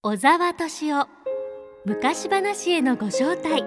小沢敏夫昔話へのご招待。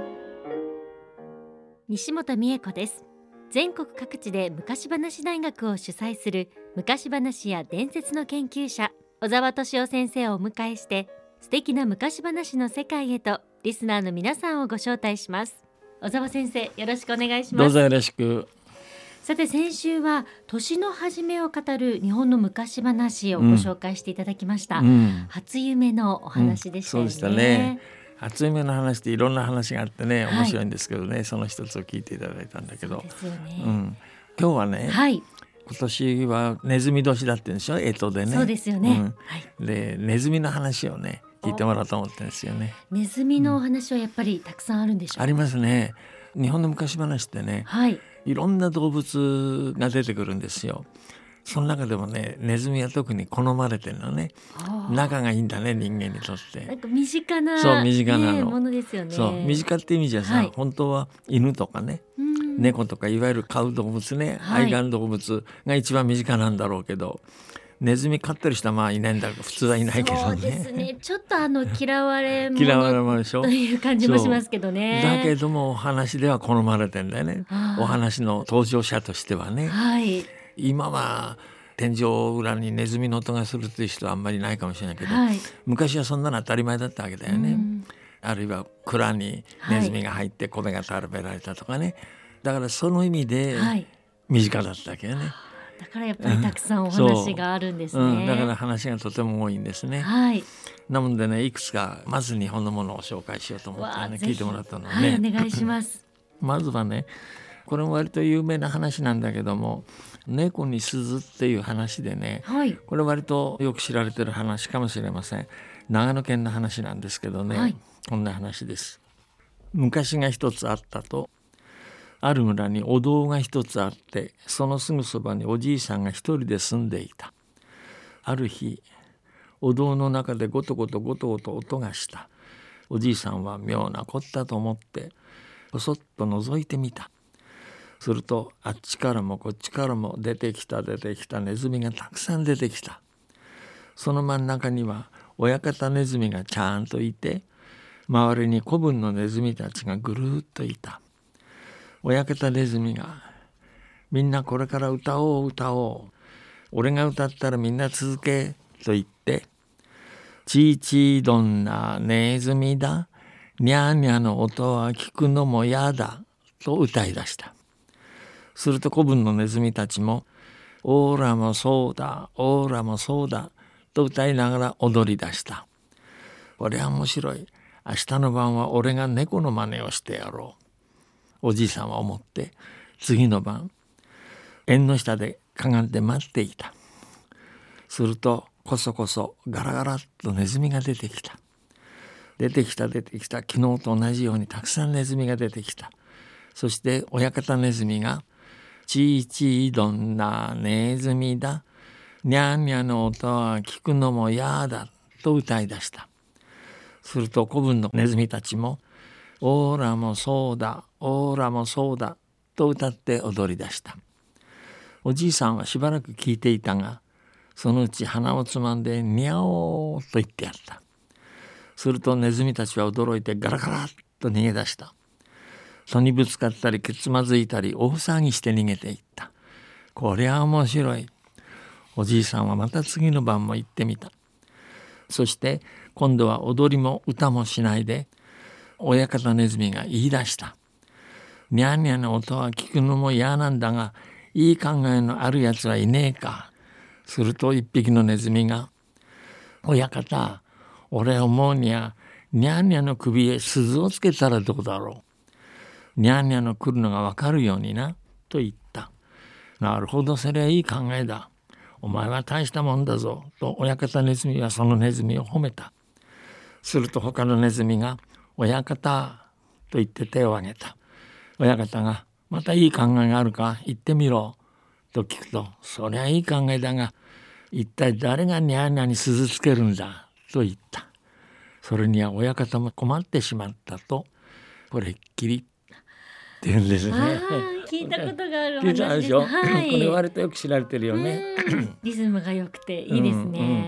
西本美恵子です。全国各地で昔話大学を主催する昔話や伝説の研究者小沢敏夫先生をお迎えして、素敵な昔話の世界へとリスナーの皆さんをご招待します。小沢先生、よろしくお願いします。 どうぞよろしく。 さて、先週は年の初めを語る日本の昔話をご紹介していただきました、初夢のお話でしたよね。 そうでしたね。初夢の話っていろんな話があってね、面白いんですけどね、その一つを聞いていただいたんだけど、 そうですよね。 今日はね、今年はネズミ年だって言うんでしょ、干支でね。 そうですよね、 でネズミの話をね聞いてもらおうと思ってるんですよね。 ネズミのお話はやっぱりたくさんあるんでしょうか。 ありますね。日本の昔話ってね、いろんな動物が出てくるんですよ。その中でもね、ネズミは特に好まれてるのね。仲がいいんだね、人間にとって。 なんか身近な、 そう身近なの、 ものですよね。 そう身近って意味じゃさ、本当は犬とかね、猫とかいわゆる飼う動物ね、愛玩動物が一番身近なんだろうけど、ネズミ飼ってる人はまあいないんだけど、普通はいないけどね。 そうですね、ちょっと嫌われ者嫌われ者でしょという感じもしますけどね。 だけどもお話では好まれてんだよね。お話の登場者としてはね、今は天井裏にネズミの音がするという人はあんまりないかもしれないけど、昔はそんなの当たり前だったわけだよね。あるいは蔵にネズミが入って米が食べられたとかね。だからその意味で身近だったわけよね。 だからやっぱりたくさんお話があるんですね。 だから話がとても多いんですね。なのでね、いくつかまず日本のものを紹介しようと思ってね、聞いてもらったのね。 お願いします。 まずはね、これも割と有名な話なんだけども、猫に鈴っていう話でね、これ割とよく知られてる話かもしれません。長野県の話なんですけどね、こんな話です。昔が一つあったと。ある村にお堂が一つあって、そのすぐそばにおじいさんが一人で住んでいた。ある日、お堂の中でゴトゴトゴトゴト音がした。おじいさんは妙なこったと思ってこそっと覗いてみた。するとあっちからもこっちからも出てきたネズミがたくさん出てきた。その真ん中には親方ネズミがちゃんといて、周りに子分のネズミたちがぐるっといた。親方ネズミが、みんなこれから歌おう歌おう、俺が歌ったらみんな続けと言って、ちーちーどんなネズミだ、にゃーにゃの音は聞くのもやだと歌い出した。すると子分のネズミたちも、オーラもそうだオーラもそうだと歌いながら踊り出した。これは面白い。明日の晩は俺が猫の真似をしてやろう。おじいさんは思って、次の晩縁の下でかがんで待っていた。するとこそこそガラガラっとネズミが出てきた。出てきた昨日と同じようにたくさんネズミが出てきた。そして親方ネズミが、ちーちーどんなネズミだ、にゃんにゃの音は聞くのもやだと歌い出した。すると子分のネズミたちも、オーラもそうだオーラもそうだと歌って踊り出した。おじいさんはしばらく聞いていたが、そのうち鼻をつまんでにゃおーと言ってやった。するとネズミたちは驚いてガラガラっと逃げ出した。戸にぶつかったりけつまずいたり大騒ぎして逃げていった。こりゃ面白い。おじいさんはまた次の晩も行ってみた。そして今度は踊りも歌もしないで、親方ネズミが言い出した。にゃんにゃんの音は聞くのも嫌なんだが、いい考えのあるやつはいねえか。すると一匹のネズミが、親方、俺思うにゃ、にゃんにゃんの首へ鈴をつけたらどうだろう。にゃんにゃんの来るのがわかるようにな、と言った。なるほど、それはいい考えだ。お前は大したもんだぞ、と親方ネズミはそのネズミを褒めた。すると他のネズミが、親方と言って手を挙げた。親方が、またいい考えがあるか言ってみろと聞くと、そりゃいい考えだが、一体誰がニャーニャーに鈴つけるんだと言った。それには親方も困ってしまったと、これっきりって言うんですね。 聞いたことがある話です。聞いたでしょ、これ割とよく知られてるよね。 リズムが良くていいですね。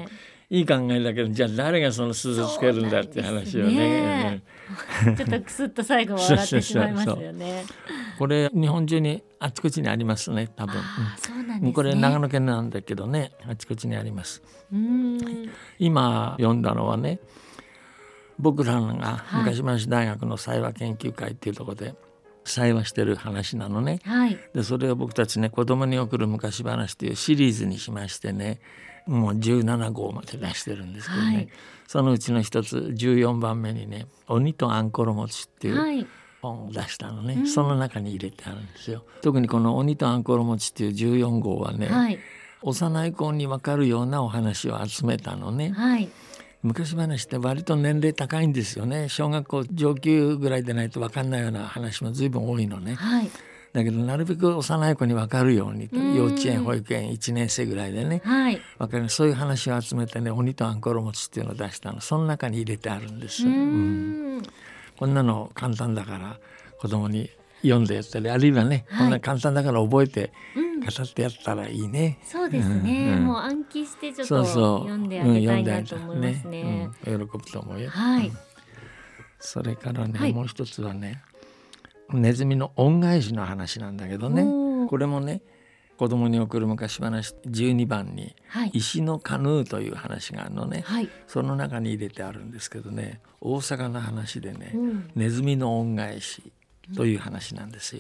いい考えだけど、じゃあ誰がその鈴つけるんだって話をねちょっとクスッと最後は笑ってしまいますよね。 これ日本中にあちこちにありますね、多分。 そうなんですね。 これ長野県なんだけどね、あちこちにあります。今読んだのはね、僕らが昔話大学の祭話研究会っていうところで祭話してる話なのね、でそれを僕たちね、子供に送る昔話というシリーズにしましてね、もう17号まで出してるんですけどね、そのうちの一つ14番目にね、鬼とあんころ餅っていう本を出したのね、その中に入れてあるんですよ。特にこの鬼とあんころ餅っていう14号はね、幼い子に分かるようなお話を集めたのね。昔話って割と年齢高いんですよね。小学校上級ぐらいでないと分かんないような話も随分多いのね、だけどなるべく幼い子に分かるようにと、幼稚園保育園1年生ぐらいでね、分かる、そういう話を集めてね、鬼とあんころ餅っていうのを出したの、その中に入れてあるんです。こんなの簡単だから子供に読んでやったり、あるいはね、こんな簡単だから覚えて語ってやったらいいね。 そうですね、もう暗記してちょっと読んであげたいなと思いますね。 喜ぶと思うよ。それからね、もう一つはね、ネズミの恩返しの話なんだけどね、これもね、子供に送る昔話12番に石のカヌーという話があるのね、その中に入れてあるんですけどね、大阪の話でね、ネズミの恩返しという話なんですよ。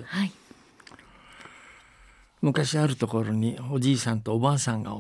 昔あるところにおじいさんとおばあさんがおった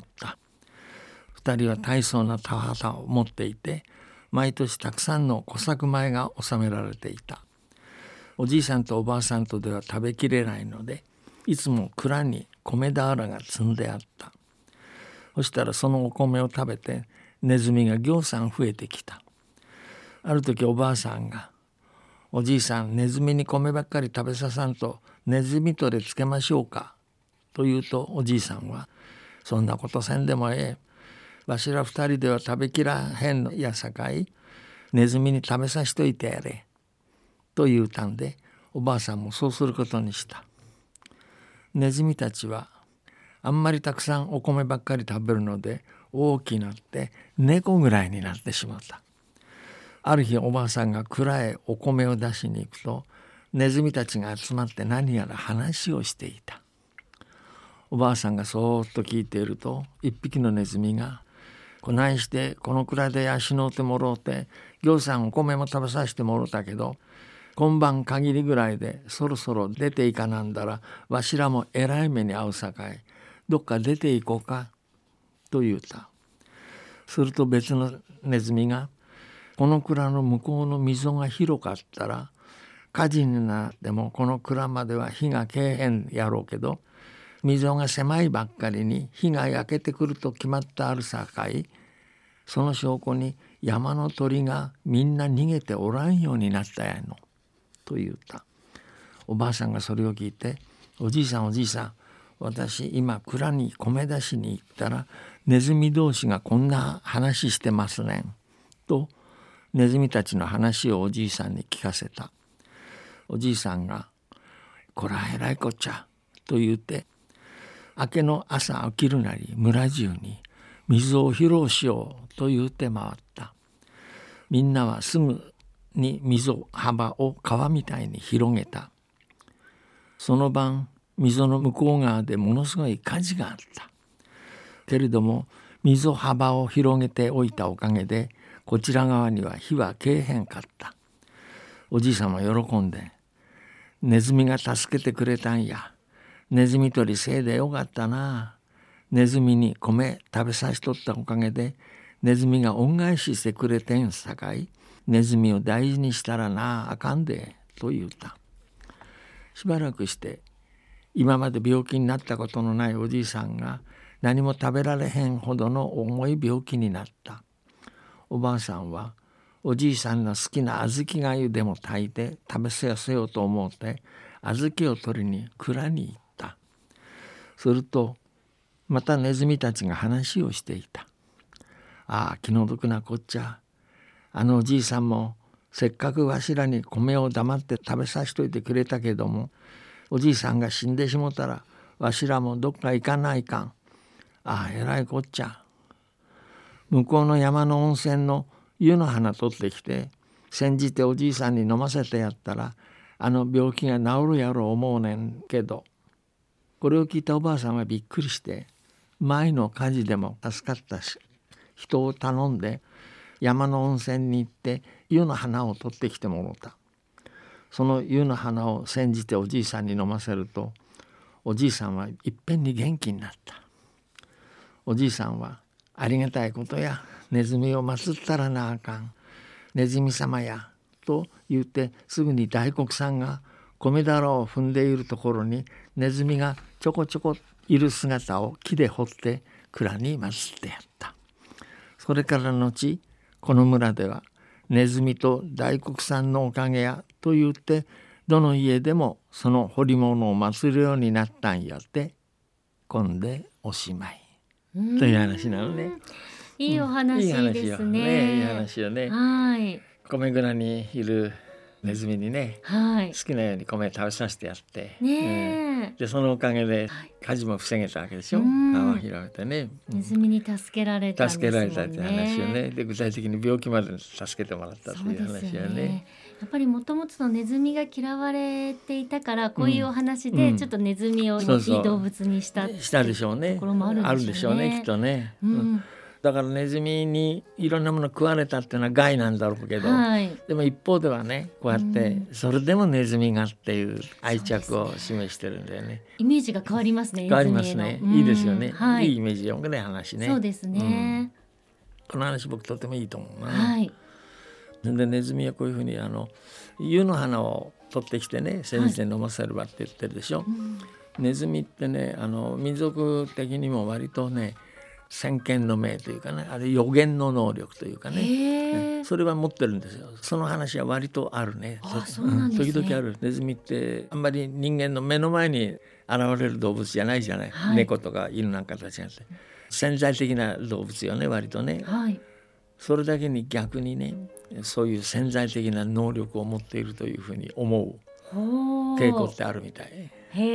。2人は大層な田畑を持っていて、毎年たくさんの小作米が納められていた。おじいさんとおばあさんとでは食べきれないので、いつも蔵に米俵が積んであった。そしたらそのお米を食べてネズミがぎょうさん増えてきた。ある時おばあさんが、おじいさん、ネズミに米ばっかり食べささんとネズミ捕れつけましょうかと言うと、おじいさんは、そんなことせんでもええ、わしら2人では食べきらへんのやさかい、ネズミに食べさしといてやれと言うたんで、おばあさんもそうすることにした。ネズミたちはあんまりたくさんお米ばっかり食べるので、大きくなって猫ぐらいになってしまった。ある日おばあさんが蔵へお米を出しに行くと、ネズミたちが集まって何やら話をしていた。おばあさんがそーっと聞いていると、一匹のネズミが、こないしてこの蔵で養うてもろうて、ぎょうさんお米も食べさせてもろうたけど、今晩限りぐらいでそろそろ出ていかなんだら、わしらもえらい目に遭うさかい、どっか出ていこうかと言うた。すると別のネズミが、この蔵の向こうの溝が広かったら、火事になってもこの蔵までは火がけえへんやろうけど、溝が狭いばっかりに火が焼けてくると決まってあるさかい、その証拠に山の鳥がみんな逃げておらんようになったやのと言うた。おばあさんがそれを聞いて、おじいさんおじいさん、私今蔵に米出しに行ったらネズミ同士がこんな話してますねんと、ネズミたちの話をおじいさんに聞かせた。おじいさんが、こらえらいこっちゃと言うて、明けの朝起きるなり村中に水を披露しようと言うて回った。みんなはすぐに溝幅を川みたいに広げた。その晩、溝の向こう側でものすごい火事があった。けれども溝幅を広げておいたおかげで、こちら側には火はけえへんかった。おじいさんも喜んで、ネズミが助けてくれたんや。ネズミ捕りせいでよかったな。ネズミに米食べさしとったおかげで、ネズミが恩返ししてくれてんさかい、ネズミを大事にしたらなあかんでと言うた。しばらくして今まで病気になったことのないおじいさんが何も食べられへんほどの重い病気になった。おばあさんはおじいさんの好きな小豆がゆでも炊いて食べさせようと思って小豆を取りに蔵に行った。するとまたネズミたちが話をしていた。ああ、気の毒なこっちゃ。あのおじいさんもせっかくわしらに米を黙って食べさしといてくれたけども、おじいさんが死んでしもたらわしらもどっか行かないかん。ああ、えらいこっちゃ。 向こうの山の温泉の湯の花取ってきて煎じておじいさんに飲ませてやったら病気が治るやろう思うねんけど、これを聞いたおばあさんはびっくりして、前の火事でも助かったし人を頼んで山の温泉に行って湯の花を取ってきてもらった。その湯の花を煎じておじいさんに飲ませると、おじいさんはいっぺんに元気になった。おじいさんはありがたいことや、ネズミを祀ったらなあかん、ネズミ様やと言ってすぐに大黒さんが米俵を踏んでいるところにネズミがちょこちょこいる姿を木で掘って蔵に祀ってやった。それから後、この村ではネズミと大黒さんのおかげやと言ってどの家でもその彫り物を祀るようになったんやって。こんでおしまいという話なのね。 いいお話ですね。 いい話よね。 はい。 米蔵にいるネズミにね、 はい、 好きなように米食べさせてやって、 ね、 でそのおかげで火事も防げたわけでしょ。川広げてね、 ネズミに助けられたんですもんね。 助けられたって話よね。で具体的に病気まで助けてもらったという話よね。 やっぱりもともとのネズミが嫌われていたから、こういうお話でちょっとネズミをいい動物にしたってしたでしょうね。 ところもあるんでしょうね。 きっとね。だからネズミにいろんなもの食われたっていうのは害なんだろうけど、でも一方ではね、こうやってそれでもネズミがっていう愛着を示してるんだよね。 イメージが変わりますね。 変わりますね。いいですよね。いいイメージよね、話ね。 そうですね。 この話僕とてもいいと思うな。でネズミはこういうふうに湯の花を取ってきてね、煎じて飲ませればって言ってるでしょ。ネズミってね、民族的にも割とね、先見の明というかね、あれ予言の能力というかね、それは持ってるんですよ。その話は割とあるね。時々ある。ネズミってあんまり人間の目の前に現れる動物じゃないじゃない、猫とか犬なんかと違って潜在的な動物よね、割とね、それだけに逆にね、そういう潜在的な能力を持っているというふうに思う傾向ってあるみたい。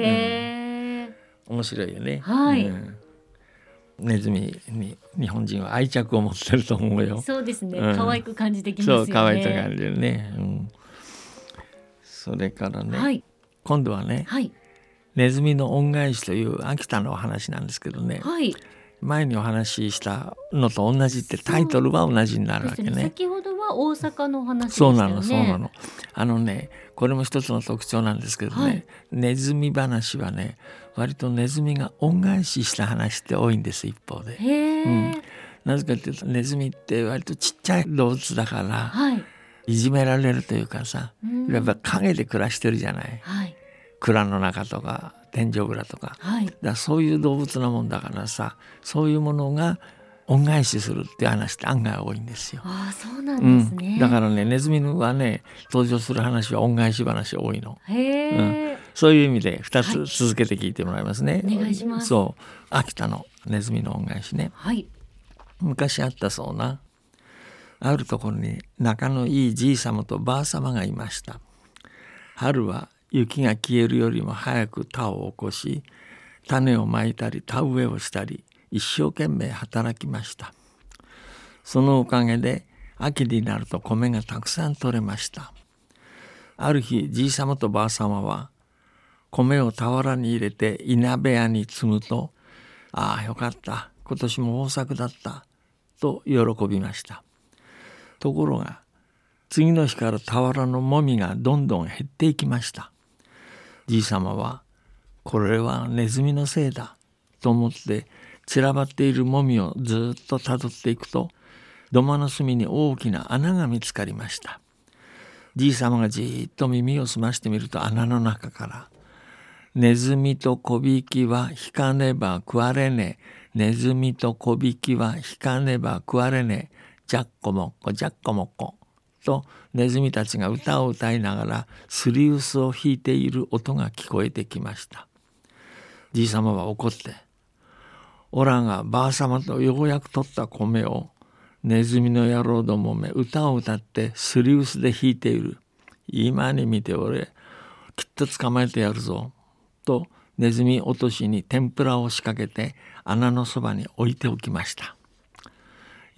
面白いよね。ネズミに日本人は愛着を持ってると思うよ。 そうですね。可愛く感じてきますよね。 そう、可愛いと感じるね。それからね、今度はね、ネズミの恩返しという秋田のお話なんですけどね。前にお話ししたのと同じってタイトルは同じになるわけね。 先ほどは大阪の話でしたよね。 そうなの。これも一つの特徴なんですけどね、ネズミ話はね、割とネズミが恩返しした話って多いんです、一方で。なぜかというと、ネズミって割とちっちゃい動物だから、いじめられるというかさ、やっぱ影で暮らしてるじゃない、蔵の中とか天井裏とか、だからそういう動物なもんだからさ、そういうものが恩返しするっていう話って案外多いんですよ。 そうなんですね。 だからね、ネズミはね、登場する話は恩返し話多いの。そういう意味で2つ続けて聞いてもらいますね。 お願いします。 そう、秋田のネズミの恩返しね。昔あったそうな、あるところに仲のいいじいさまとばあさまがいました。春は雪が消えるよりも早く田を起こし、種をまいたり田植えをしたり一生懸命働きました。そのおかげで秋になると米がたくさん取れました。ある日、じいさまとばあさまは米を俵に入れて稲部屋に積むと、ああよかった、今年も豊作だったと喜びました。ところが次の日から俵のもみがどんどん減っていきました。じいさまはこれはネズミのせいだと思って散らばっているもみをずっとたどっていくと、土間の隅に大きな穴が見つかりました。じいさまがじっと耳を澄ましてみると、穴の中からネズミと小引は引かねば食われねえ、ネズミと小引は引かねば食われねえ、じゃっこもっこじゃっこもっことネズミたちが歌を歌いながらすり臼を弾いている音が聞こえてきました。じいさまは怒って、おらがばあさまとようやく取った米をネズミの野郎どもめ歌を歌ってすり臼で弾いている、今に見ておれ、きっと捕まえてやるぞとネズミ落としに天ぷらを仕掛けて穴のそばに置いておきました。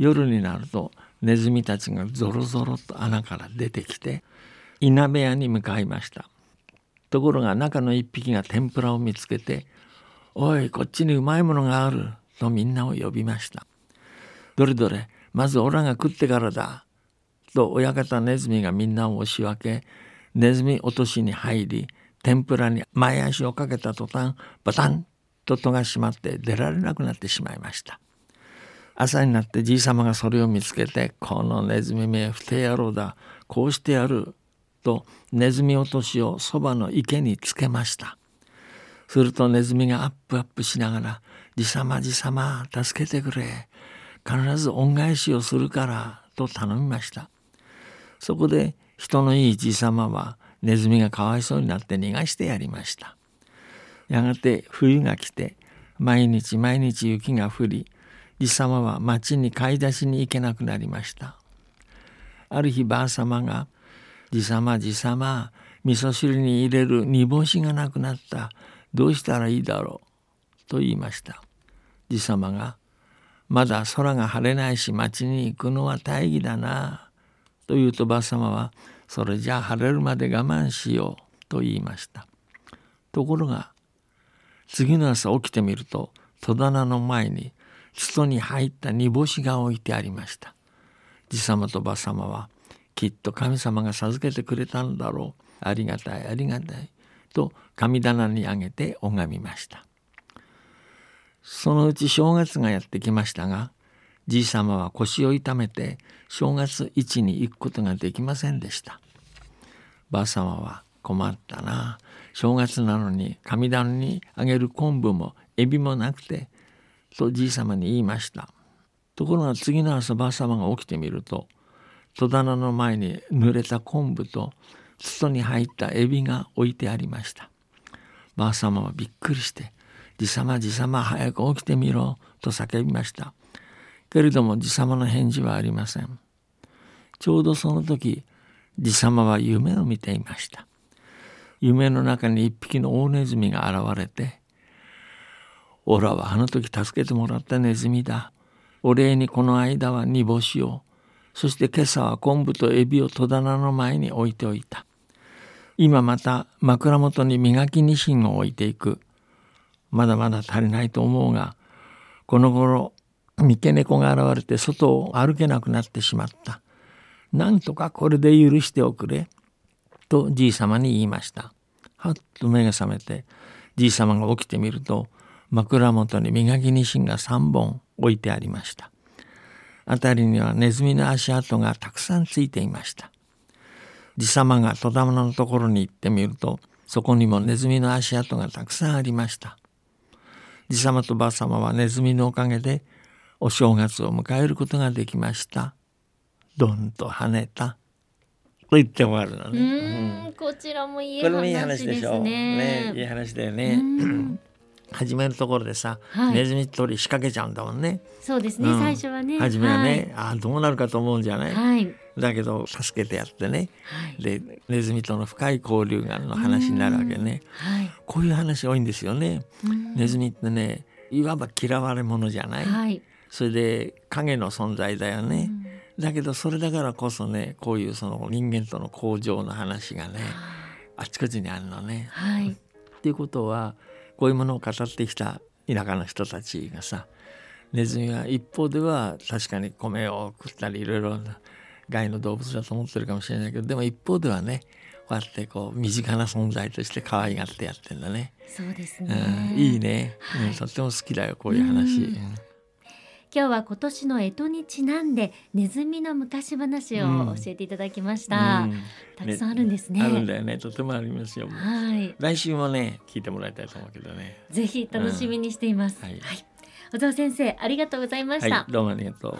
夜になるとネズミたちがゾロゾロと穴から出てきて稲部屋に向かいました。ところが中の一匹が天ぷらを見つけて、おい、こっちにうまいものがあるとみんなを呼びました。どれどれ、まずオラが食ってからだと親方ネズミがみんなを押し分け、ネズミ落としに入り、天ぷらに前足をかけた途端、バタンと戸が閉まって出られなくなってしまいました。朝になってじいさまがそれを見つけて、このネズミめ不定野郎だ、こうしてやるとネズミ落としをそばの池につけました。するとネズミがアップしながら、じさまじさま助けてくれ、必ず恩返しをするからと頼みました。そこで人のいいじさまはネズミがかわいそうになって逃がしてやりました。やがて冬が来て毎日雪が降り、じさまは町に買い出しに行けなくなりました。ある日ばあさまが、じさま味噌汁に入れる煮干しがなくなった、どうしたらいいだろうと言いました。じさまが、まだ空が晴れないし町に行くのは大儀だなと言うと、ばあさまは、それじゃあ晴れるまで我慢しようと言いました。ところが次の朝起きてみると、戸棚の前に筒に入った煮干しが置いてありました。じさまとばあさまは、きっと神様が授けてくれたんだろう、ありがたいと神棚にあげて拝みました。そのうち正月がやってきましたが、じいさまは腰を痛めて正月市に行くことができませんでした。ばあさまは、困ったな、正月なのに神棚にあげる昆布もエビもなくてとじいさまに言いました。ところが次の朝ばあさまが起きてみると、戸棚の前に濡れた昆布と筒に入ったエビが置いてありました。ばあさまはびっくりして、じさま早く起きてみろと叫びました。けれどもじさまの返事はありません。ちょうどその時、じさまは夢を見ていました。夢の中に一匹の大ネズミが現れて、オラはあの時助けてもらったネズミだ。お礼にこの間は煮干しを、そして今朝は昆布とエビを戸棚の前に置いておいた。今また枕元に磨きニシンを置いていく。まだまだ足りないと思うが、この頃三毛猫が現れて外を歩けなくなってしまった。なんとかこれで許しておくれとじいさまに言いました。はっと目が覚めてじいさまが起きてみると、枕元に磨きニシンが3本置いてありました。あたりにはネズミの足跡がたくさんついていました。じさまが戸棚のところに行ってみると、そこにもネズミの足跡がたくさんありました。じさまとばあさまはネズミのおかげでお正月を迎えることができました。どんと跳ねたと言って終わるのね。 こちらもいい話ですね。これもいい話でしょうね。 いい話だよね。始めるところでさ、ネズミ取り仕掛けちゃうんだもんね。 そうですね、最初はね。 初めはね、どうなるかと思うんじゃない、だけど助けてやってね、でネズミとの深い交流がの話になるわけね。こういう話多いんですよね。ネズミってね、いわば嫌われ者じゃない、それで影の存在だよね。だけどそれだからこそね、こういうその人間との交情の話がね、あちこちにあるのね。っていうことは、こういうものを語ってきた田舎の人たちがさ、ネズミは一方では確かに米を食ったりいろいろな害の動物だと思ってるかもしれないけど、でも一方ではね、こうやってこう身近な存在として可愛がってやってんだね。 そうですね、 いいね、とっても好きだよこういう話。 今日は今年の干支にちなんでネズミの昔話を教えていただきました。たくさんあるんですね。 あるんだよね、とてもありますよ。来週もね聞いてもらいたいと思うけどね。 ぜひ楽しみにしています。小沢先生、ありがとうございました。 どうもありがとう。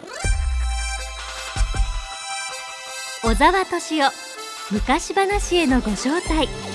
小沢敏夫、昔話へのご招待。